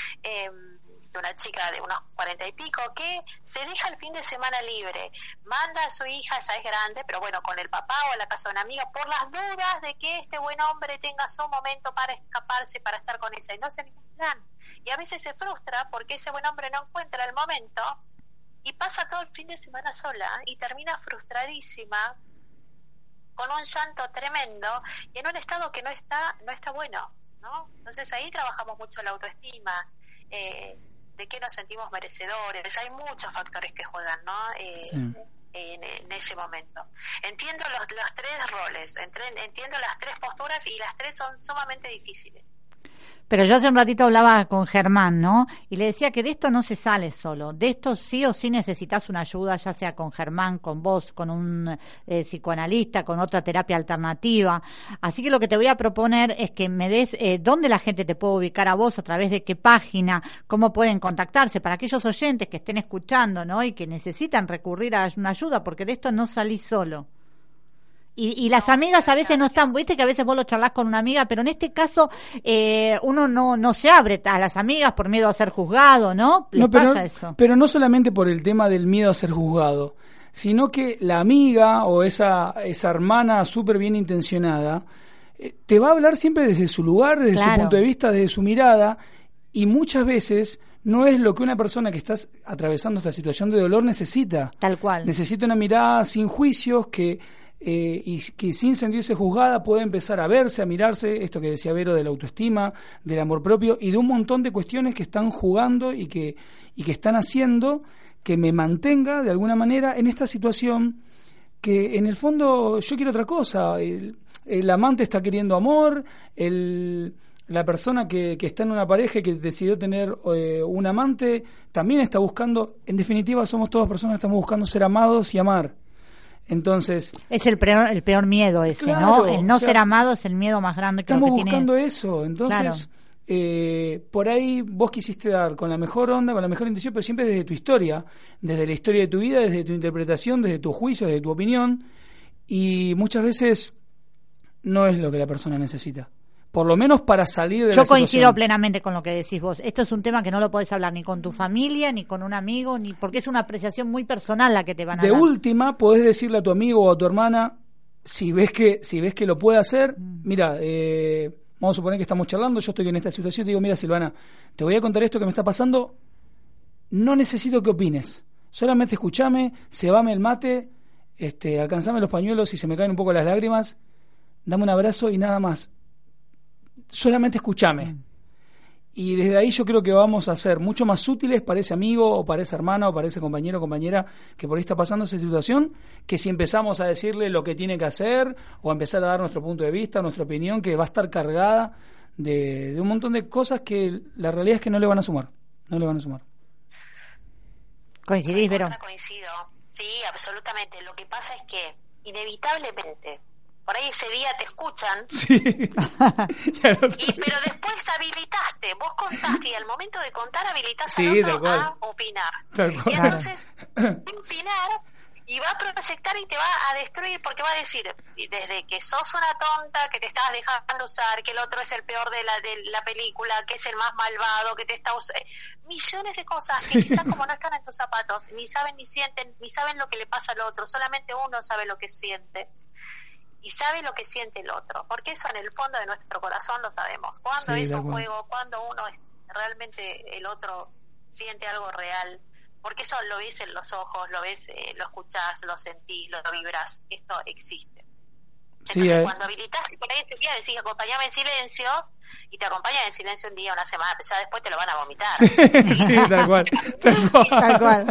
de unos 40 y pico, que se deja el fin de semana libre, manda a su hija, ya es grande, pero bueno, con el papá o a la casa de una amiga, por las dudas de que este buen hombre tenga su momento para escaparse, para estar con ella, y no hace ningún plan. Y a veces se frustra porque ese buen hombre no encuentra el momento, y pasa todo el fin de semana sola y termina frustradísima, con un llanto tremendo y en un estado que no está bueno, ¿no? Entonces ahí trabajamos mucho la autoestima, de que nos sentimos merecedores. Hay muchos factores que juegan, ¿no? Sí. En ese momento. Entiendo los 3 roles, entiendo las 3 posturas y las 3 son sumamente difíciles. Pero yo hace un ratito hablaba con Germán, ¿no? Y le decía que de esto no se sale solo. De esto sí o sí necesitas una ayuda, ya sea con Germán, con vos, con un psicoanalista, con otra terapia alternativa. Así que lo que te voy a proponer es que me des dónde la gente te puede ubicar a vos, a través de qué página, cómo pueden contactarse, para aquellos oyentes que estén escuchando, ¿no? Y que necesitan recurrir a una ayuda, porque de esto no salís solo. Y las amigas a veces no están, viste que a veces vos lo charlás con una amiga, pero en este caso uno no se abre a las amigas por miedo a ser juzgado, ¿no? Pasa eso. Pero no solamente por el tema del miedo a ser juzgado, sino que la amiga o esa hermana súper bien intencionada te va a hablar siempre desde su lugar, desde su punto de vista, desde su mirada, y muchas veces no es lo que una persona que está atravesando esta situación de dolor necesita. Tal cual. Necesita una mirada sin juicios y que sin sentirse juzgada puede empezar a verse, a mirarse, esto que decía Vero de la autoestima, del amor propio y de un montón de cuestiones que están jugando y que están haciendo que me mantenga de alguna manera en esta situación que en el fondo yo quiero otra cosa. El amante está queriendo amor, la persona que está en una pareja y que decidió tener un amante también está buscando, en definitiva somos todas personas que estamos buscando ser amados y amar. Entonces es el peor miedo ese, claro, ¿no? El no ser amado es el miedo más grande que estamos lo que buscando tiene. eso. Entonces Claro. por ahí vos quisiste dar con la mejor onda, con la mejor intención, pero siempre desde tu historia, desde la historia de tu vida, desde tu interpretación, desde tu juicio, desde tu opinión, y muchas veces no es lo que la persona necesita, por lo menos para salir de Yo la coincido situación. plenamente con lo que decís vos. Esto es un tema que no lo podés hablar ni con tu familia, ni con un amigo, ni porque es una apreciación muy personal la que te van a De dar. última, podés decirle a tu amigo o a tu hermana, si ves que lo puede hacer, mira, vamos a suponer que estamos charlando, yo estoy en esta situación, te digo, mira, Silvana, te voy a contar esto que me está pasando, no necesito que opines, solamente escuchame, cebame el mate, alcanzame los pañuelos y se me caen un poco las lágrimas, dame un abrazo y nada más. Solamente escúchame. Y desde ahí yo creo que vamos a ser mucho más útiles para ese amigo o para esa hermana o para ese compañero o compañera que por ahí está pasando esa situación, que si empezamos a decirle lo que tiene que hacer o a empezar a dar nuestro punto de vista, nuestra opinión, que va a estar cargada de un montón de cosas que la realidad es que no le van a sumar. No le van a sumar. ¿Coincidís, Vero? Coincido. Sí, absolutamente. Lo que pasa es que inevitablemente por ahí ese día te escuchan, Sí. pero después habilitaste, vos contaste y al momento de contar habilitás Sí, al tal otro cual. a opinar. Tal cual. Y entonces opinar y va a proyectar y te va a destruir porque va a decir, desde que sos una tonta, que te estás dejando usar, que el otro es el peor de la película, que es el más malvado, que te está usando, millones de cosas que quizás como no están en tus zapatos, ni saben ni sienten, ni saben lo que le pasa al otro, solamente uno sabe lo que siente. Y sabe lo que siente el otro, porque eso en el fondo de nuestro corazón lo sabemos. Cuando Sí, es de un acuerdo. juego, cuando uno realmente el otro siente algo real, porque eso lo ves en los ojos, lo ves, lo escuchás, lo sentís, lo vibras, esto existe. Entonces cuando habilitaste por ahí este día decís acompáñame en silencio, y te acompañan en silencio un día, una semana, pero ya después te lo van a vomitar. Sí, tal cual. Tal cual.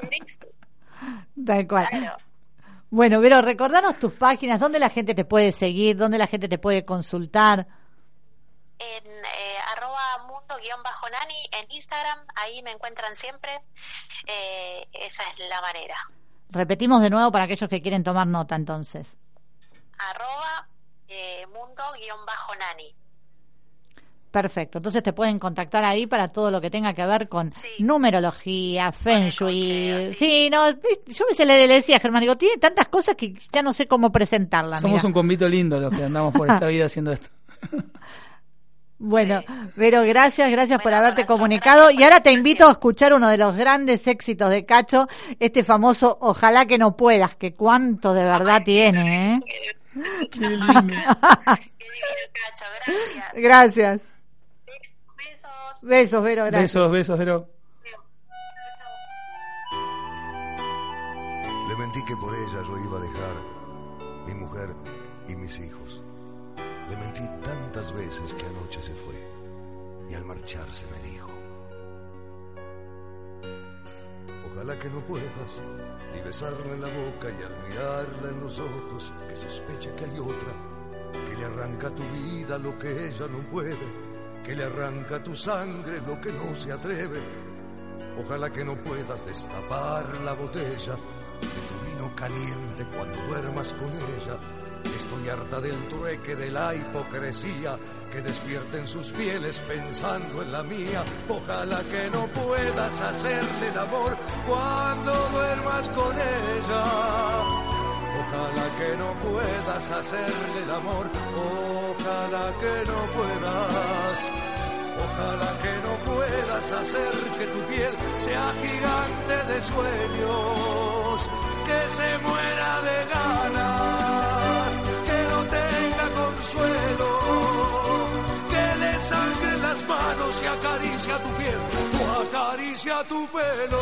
Tal cual. Claro. Bueno, Vero, recordanos tus páginas, dónde la gente te puede seguir, dónde la gente te puede consultar. En @mundo_nani en Instagram, ahí me encuentran siempre. Esa es la manera. Repetimos de nuevo para aquellos que quieren tomar nota, entonces. @mundo_nani. Perfecto, entonces te pueden contactar ahí para todo lo que tenga que ver con numerología, feng shui. Cocheo, sí, no, yo a veces le decía a Germán, digo, tiene tantas cosas que ya no sé cómo presentarlas. Somos mirá. un convito lindo los que andamos por esta vida haciendo esto. Bueno, Vero, gracias por Bueno, haberte corazón, comunicado. gracias Y ahora por te la invito a escuchar uno de los grandes éxitos de Cacho, este famoso Ojalá que no puedas, que cuánto de verdad tiene, ¿eh? Qué lindo. Qué divino, Cacho, gracias. Gracias. Besos. Besos, Vero, gracias. Besos, Vero. Le mentí que por ella yo iba a dejar mi mujer y mis hijos. Le mentí tantas veces que anoche se fue y al marcharse me dijo: ojalá que no puedas ni besarla en la boca y al mirarla en los ojos que sospeche que hay otra, que le arranca tu vida lo que ella no puede, que le arranca tu sangre lo que no se atreve. Ojalá que no puedas destapar la botella de tu vino caliente cuando duermas con ella. Estoy harta del trueque, de la hipocresía que despierten sus pieles pensando en la mía. Ojalá que no puedas hacerle el amor cuando duermas con ella. Ojalá que no puedas hacerle el amor. Ojalá que no puedas. Ojalá que no puedas hacer que tu piel sea gigante de sueños, que se muera de ganas, que no tenga consuelo, que le sangren las manos y acaricia tu piel o acaricia tu pelo.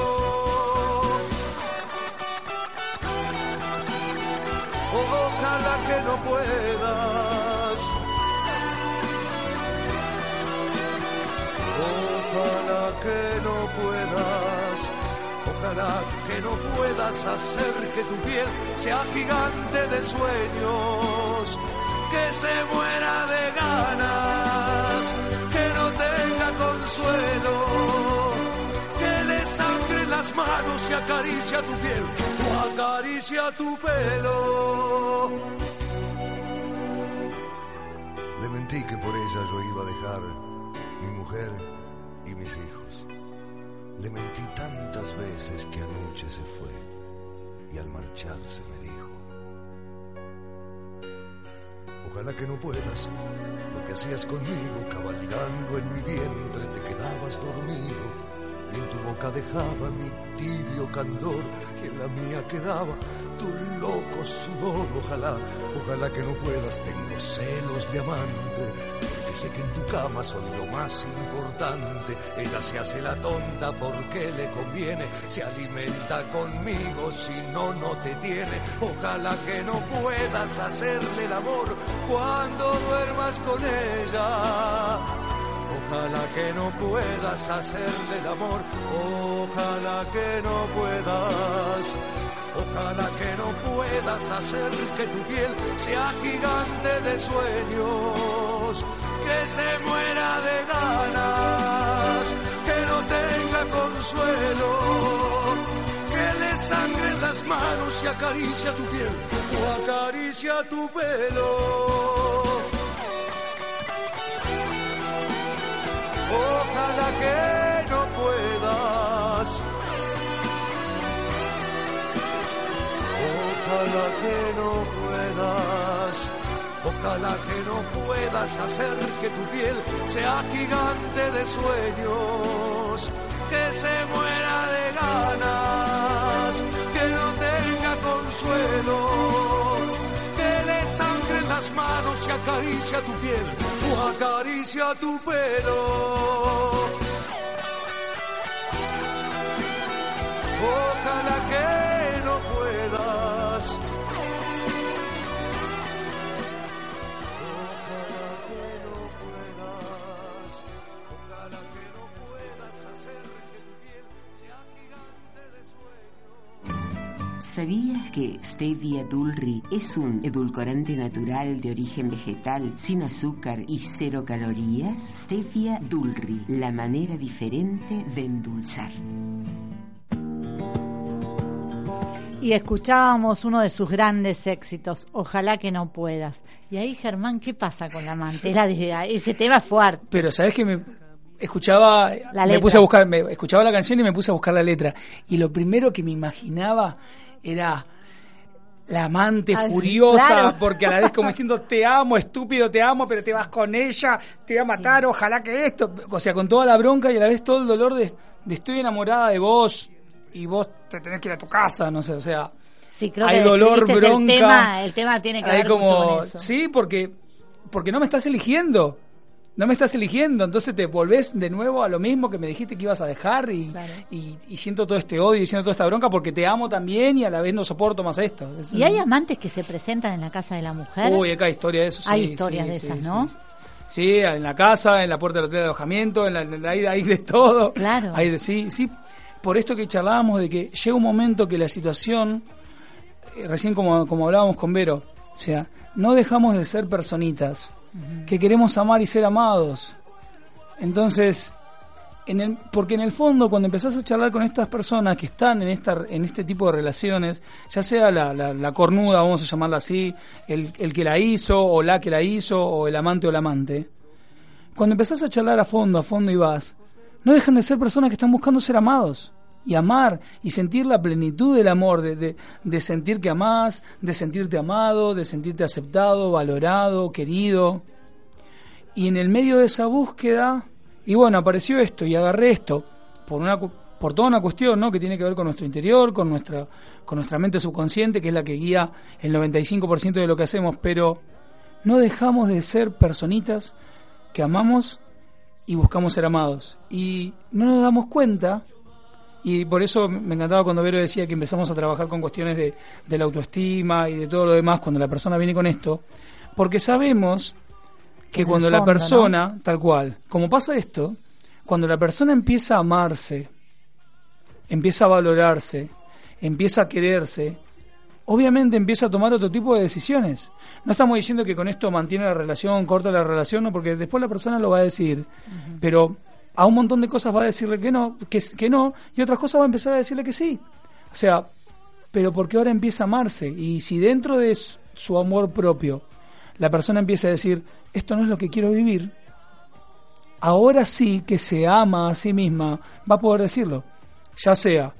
Ojalá que no puedas. Ojalá que no puedas, Ojalá que no puedas hacer que tu piel sea gigante de sueños, que se muera de ganas, que no tenga consuelo, que le sangre las manos y acaricia tu piel o acaricia tu pelo. Le mentí que por ella yo iba a dejar mi mujer y mis hijos. Le mentí tantas veces que anoche se fue y al marcharse me dijo: ojalá que no puedas, lo que hacías conmigo, cabalgando en mi vientre te quedabas dormido, y en tu boca dejaba mi tibio candor, y en la mía quedaba tu loco sudor. Ojalá que no puedas, tengo celos de amante, porque sé que en tu cama son lo más importante. Ella se hace la tonta porque le conviene, se alimenta conmigo, si no, no te tiene. Ojalá que no puedas hacerle el amor cuando duermas con ella. Ojalá que no puedas hacerle el amor, ojalá que no puedas. Ojalá que no puedas hacer que tu piel sea gigante de sueños, que se muera de ganas, que no tenga consuelo, que le sangren las manos y acaricia tu piel o acaricia tu pelo. Ojalá que no puedas, ojalá que no puedas, ojalá que no puedas hacer que tu piel sea gigante de sueños, que se muera de ganas, que no tenga consuelo, que le sangren las manos y acaricia tu piel o acaricia tu pelo. Ojalá que no puedas, ojalá que no puedas, ojalá que no puedas hacer que tu piel sea gigante de sueños. ¿Sabías que Stevia Dulri es un edulcorante natural de origen vegetal, sin azúcar y 0 calorías? Stevia Dulri, la manera diferente de endulzar. Y escuchábamos uno de sus grandes éxitos, Ojalá que no puedas. Y ahí, Germán, ¿qué pasa con la mantela? Ese tema es fuerte. Pero ¿sabés que me escuchaba, me puse a buscar, escuchaba la canción y me puse a buscar la letra? Y lo primero que me imaginaba era la amante furiosa, claro. Porque a la vez como diciendo, te amo, estúpido, te amo, pero te vas con ella, te voy a matar, sí. Ojalá que esto, o sea, con toda la bronca y a la vez todo el dolor de estoy enamorada de vos y vos te tenés que ir a tu casa, no sé, o sea, sí, creo hay que dolor, bronca. El tema tiene que hay ver como, mucho con eso. Sí, porque no me estás eligiendo. No me estás eligiendo, entonces te volvés de nuevo a lo mismo que me dijiste que ibas a dejar y, claro. y siento todo este odio y siento toda esta bronca porque te amo también y a la vez no soporto más esto. ¿Y hay amantes que se presentan en la casa de la mujer? Uy, acá hay historia de eso. Hay historias de esas, ¿no? Sí, en la casa, en la puerta del hotel de alojamiento, hay de todo. Claro. Sí, por esto que charlábamos de que llega un momento que la situación, recién como hablábamos con Vero, o sea, no dejamos de ser personitas, que queremos amar y ser amados. Entonces, porque en el fondo cuando empezás a charlar con estas personas que están en este tipo de relaciones, ya sea la cornuda, vamos a llamarla así, el que la hizo o la que la hizo o el amante o la amante, cuando empezás a charlar a fondo y vas, no dejan de ser personas que están buscando ser amados y amar y sentir la plenitud del amor, de sentir que amás, de sentirte amado, de sentirte aceptado, valorado, querido. Y en el medio de esa búsqueda, y bueno, apareció esto y agarré esto por toda una cuestión, ¿no?, que tiene que ver con nuestro interior, con nuestra mente subconsciente, que es la que guía el 95% de lo que hacemos, pero no dejamos de ser personitas que amamos y buscamos ser amados. Y no nos damos cuenta. Y por eso me encantaba cuando Vero decía que empezamos a trabajar con cuestiones de la autoestima y de todo lo demás cuando la persona viene con esto, porque sabemos que cuando la persona, ¿no?, tal cual, como pasa esto, cuando la persona empieza a amarse empieza a valorarse, empieza a quererse, obviamente empieza a tomar otro tipo de decisiones. No estamos diciendo que con esto mantiene la relación, corta la relación, no, porque después la persona lo va a decir, pero a un montón de cosas va a decirle que no, y otras cosas va a empezar a decirle que sí. O sea, pero porque ahora empieza a amarse, y si dentro de su amor propio la persona empieza a decir, esto no es lo que quiero vivir, ahora sí que se ama a sí misma, va a poder decirlo. Ya sea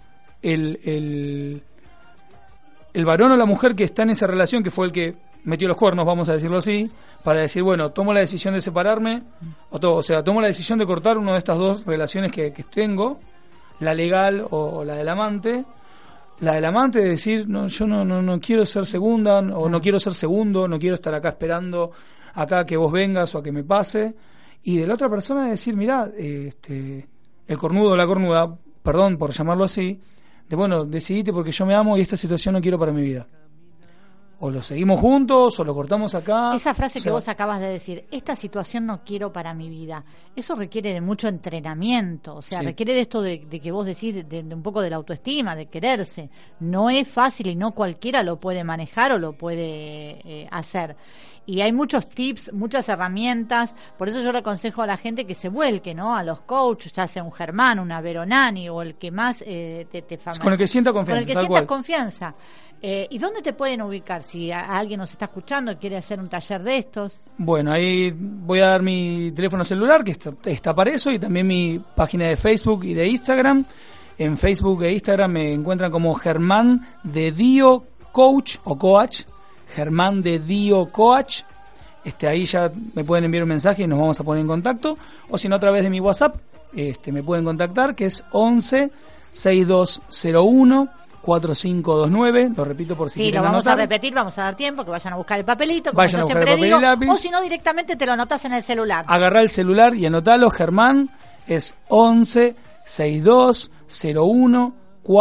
el varón o la mujer que está en esa relación, que fue el que metió los cuernos, vamos a decirlo así, para decir, bueno, tomo la decisión de separarme, o sea, tomo la decisión de cortar una de estas dos relaciones que tengo, la legal o la del amante. La del amante de decir, no, yo no quiero ser segunda, o no quiero ser segundo, no quiero estar acá esperando acá que vos vengas o a que me pase. Y de la otra persona de decir, mirá, el cornudo o la cornuda, perdón por llamarlo así, de bueno, decidite porque yo me amo y esta situación no quiero para mi vida. O lo seguimos juntos o lo cortamos acá. Esa frase que vos acabas de decir, esta situación no quiero para mi vida, eso requiere de mucho entrenamiento, o sea, requiere de esto de que vos decís, de un poco de la autoestima, de quererse. No es fácil y no cualquiera lo puede manejar o lo puede hacer. Y hay muchos tips, muchas herramientas, por eso yo le aconsejo a la gente que se vuelque, ¿no? A los coaches, ya sea un Germán, una Veronani o el que más te con el que sienta confianza. Con el que sientas confianza. ¿Y dónde te pueden ubicar? Si alguien nos está escuchando y quiere hacer un taller de estos. Bueno, ahí voy a dar mi teléfono celular, que está para eso, y también mi página de Facebook y de Instagram. En Facebook e Instagram me encuentran como Germán de Dio Coach o Coach. Germán de Dio Coach. Ahí ya me pueden enviar un mensaje y nos vamos a poner en contacto. O si no, a través de mi WhatsApp me pueden contactar, que es 11 6201 4529, lo repito por si quieren lo vamos anotar. A repetir, vamos a dar tiempo, que vayan a buscar el papelito, como vayan yo a buscar siempre el papel digo, y lápiz. o si no directamente te lo anotás en el celular. Agarrá el celular y anotalo, Germán, es 11 6201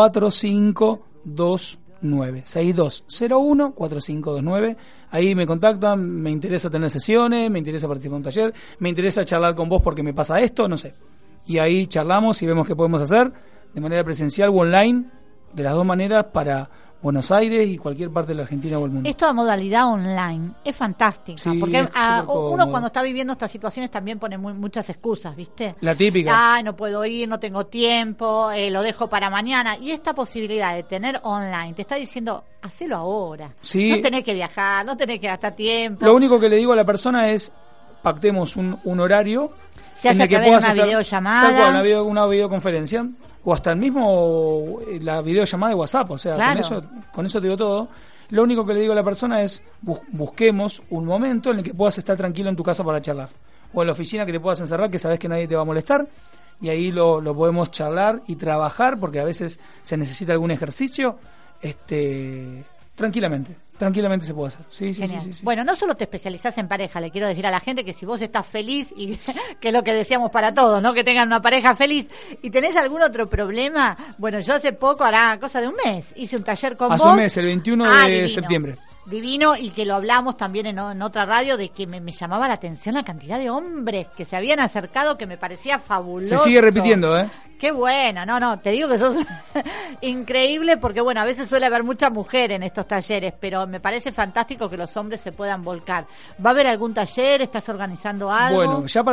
4529, 6201 4529. Ahí me contactan, me interesa tener sesiones, me interesa participar en un taller, me interesa charlar con vos porque me pasa esto, no sé. Y ahí charlamos y vemos qué podemos hacer de manera presencial o online, de las dos maneras, para Buenos Aires y cualquier parte de la Argentina o el mundo. Esto a modalidad online es fantástica, sí, porque uno cuando está viviendo estas situaciones también pone muchas excusas, ¿viste? La típica. Ay, no puedo ir, no tengo tiempo, lo dejo para mañana. Y esta posibilidad de tener online te está diciendo, hacelo ahora. Sí. No tenés que viajar, no tenés que gastar tiempo. Lo único que le digo a la persona es, pactemos un horario. Se hace a través de una videollamada. Tal cual, una videoconferencia. O hasta el mismo la videollamada de WhatsApp, o sea, claro. con eso te digo todo. Lo único que le digo a la persona es busquemos un momento en el que puedas estar tranquilo en tu casa para charlar, o en la oficina que te puedas encerrar, que sabes que nadie te va a molestar, y ahí lo podemos charlar y trabajar, porque a veces se necesita algún ejercicio, tranquilamente se puede hacer. Sí. Bueno, no solo te especializás en pareja, le quiero decir a la gente que si vos estás feliz, y que es lo que decíamos para todos, ¿no? Que tengan una pareja feliz, y tenés algún otro problema, bueno, yo hace poco, hará cosa de un mes, hice un taller con vos. Hace un mes, el 21 de septiembre. Divino, y que lo hablamos también en otra radio, de que me llamaba la atención la cantidad de hombres que se habían acercado, que me parecía fabuloso. Se sigue repitiendo, ¿eh? Qué bueno, no, te digo que sos increíble, porque bueno, a veces suele haber mucha mujer en estos talleres, pero me parece fantástico que los hombres se puedan volcar. ¿Va a haber algún taller? ¿Estás organizando algo? Bueno, ya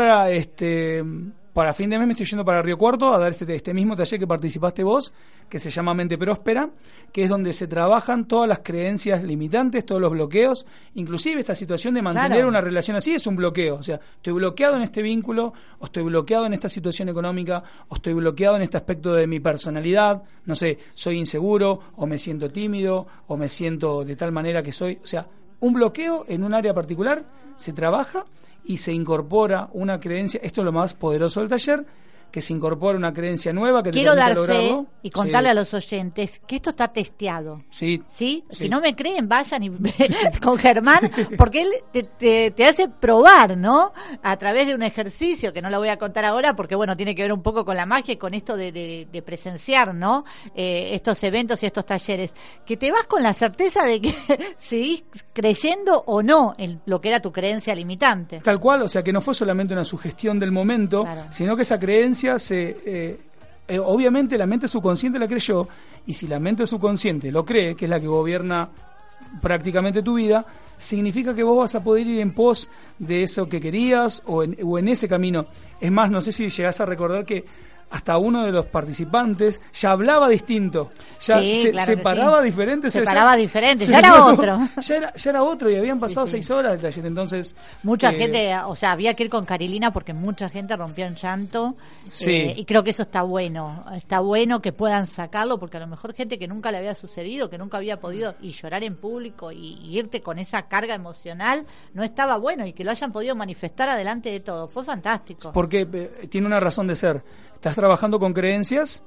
para fin de mes me estoy yendo para Río Cuarto a dar este mismo taller que participaste vos, que se llama Mente Próspera, que es donde se trabajan todas las creencias limitantes, todos los bloqueos, inclusive esta situación de mantener una relación así es un bloqueo. O sea, estoy bloqueado en este vínculo, o estoy bloqueado en esta situación económica, o estoy bloqueado en este aspecto de mi personalidad, no sé, soy inseguro, o me siento tímido, o me siento de tal manera que soy... O sea, un bloqueo en un área particular se trabaja y se incorpora una creencia, esto es lo más poderoso del taller, que se incorpora una creencia nueva que quiero te dar lograrlo. Fe y contarle a los oyentes que esto está testeado. Sí. Si no me creen, vayan y con Germán, porque él te hace probar, ¿no? A través de un ejercicio que no lo voy a contar ahora, porque bueno, tiene que ver un poco con la magia y con esto de presenciar, ¿no? Estos eventos y estos talleres, que te vas con la certeza de que seguís creyendo o no en lo que era tu creencia limitante. Tal cual, o sea, que no fue solamente una sugestión del momento, sino que esa creencia obviamente la mente subconsciente la creyó, y si la mente subconsciente lo cree, que es la que gobierna prácticamente tu vida, significa que vos vas a poder ir en pos de eso que querías o en ese camino. Es más, no sé si llegás a recordar que hasta uno de los participantes ya hablaba distinto, ya se paraba diferente. Se paraba diferente, ya era otro. Ya era otro, y habían pasado 6 horas del taller, entonces... Mucha gente, o sea, había que ir con Carilina porque mucha gente rompió en llanto, y creo que eso está bueno que puedan sacarlo, porque a lo mejor gente que nunca le había sucedido, que nunca había podido y llorar en público y irte con esa carga emocional, no estaba bueno, y que lo hayan podido manifestar adelante de todo, fue fantástico. Porque tiene una razón de ser. Estás trabajando con creencias,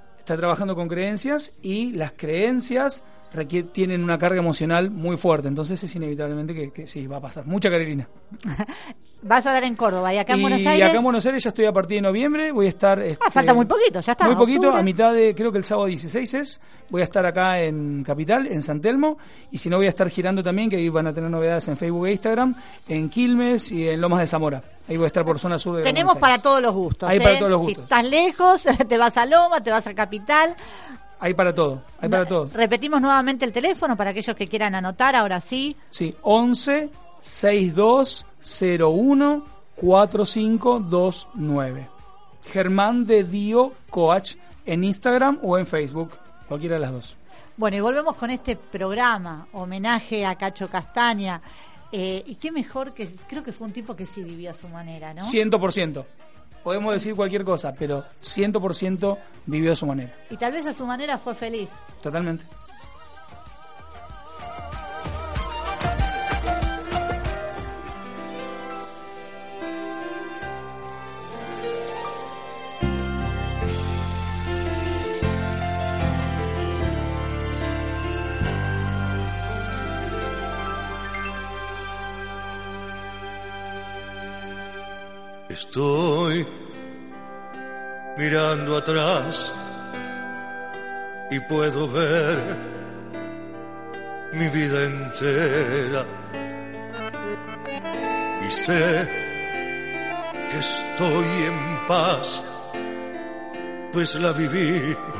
y las creencias tienen una carga emocional muy fuerte, entonces es inevitablemente que sí, va a pasar. Mucha Carilina. Vas a dar en Córdoba y acá en Buenos Aires. Y acá en Buenos Aires ya estoy a partir de noviembre, voy a estar... falta muy poquito, ya está. Muy poquito, octubre. A mitad de, creo que el sábado 16 voy a estar acá en Capital, en San Telmo, y si no voy a estar girando también, que ahí van a tener novedades en Facebook e Instagram, en Quilmes y en Lomas de Zamora. Ahí voy a estar por zona sur de Tenemos para todos los gustos. Hay para todos los gustos. Si estás lejos, te vas a Loma, te vas a Capital. Hay para todo, para todo. Repetimos nuevamente el teléfono para aquellos que quieran anotar, ahora sí. Sí, 11 6201 4529. Germán de Dio Coach en Instagram o en Facebook, cualquiera de las dos. Bueno, y volvemos con este programa, homenaje a Cacho Castaña. Y qué mejor que, creo que fue un tipo que sí vivió a su manera, ¿no? 100%. Podemos decir cualquier cosa, pero 100% vivió a su manera. Y tal vez a su manera fue feliz. Totalmente. Estoy mirando atrás y puedo ver mi vida entera y sé que estoy en paz, pues la viví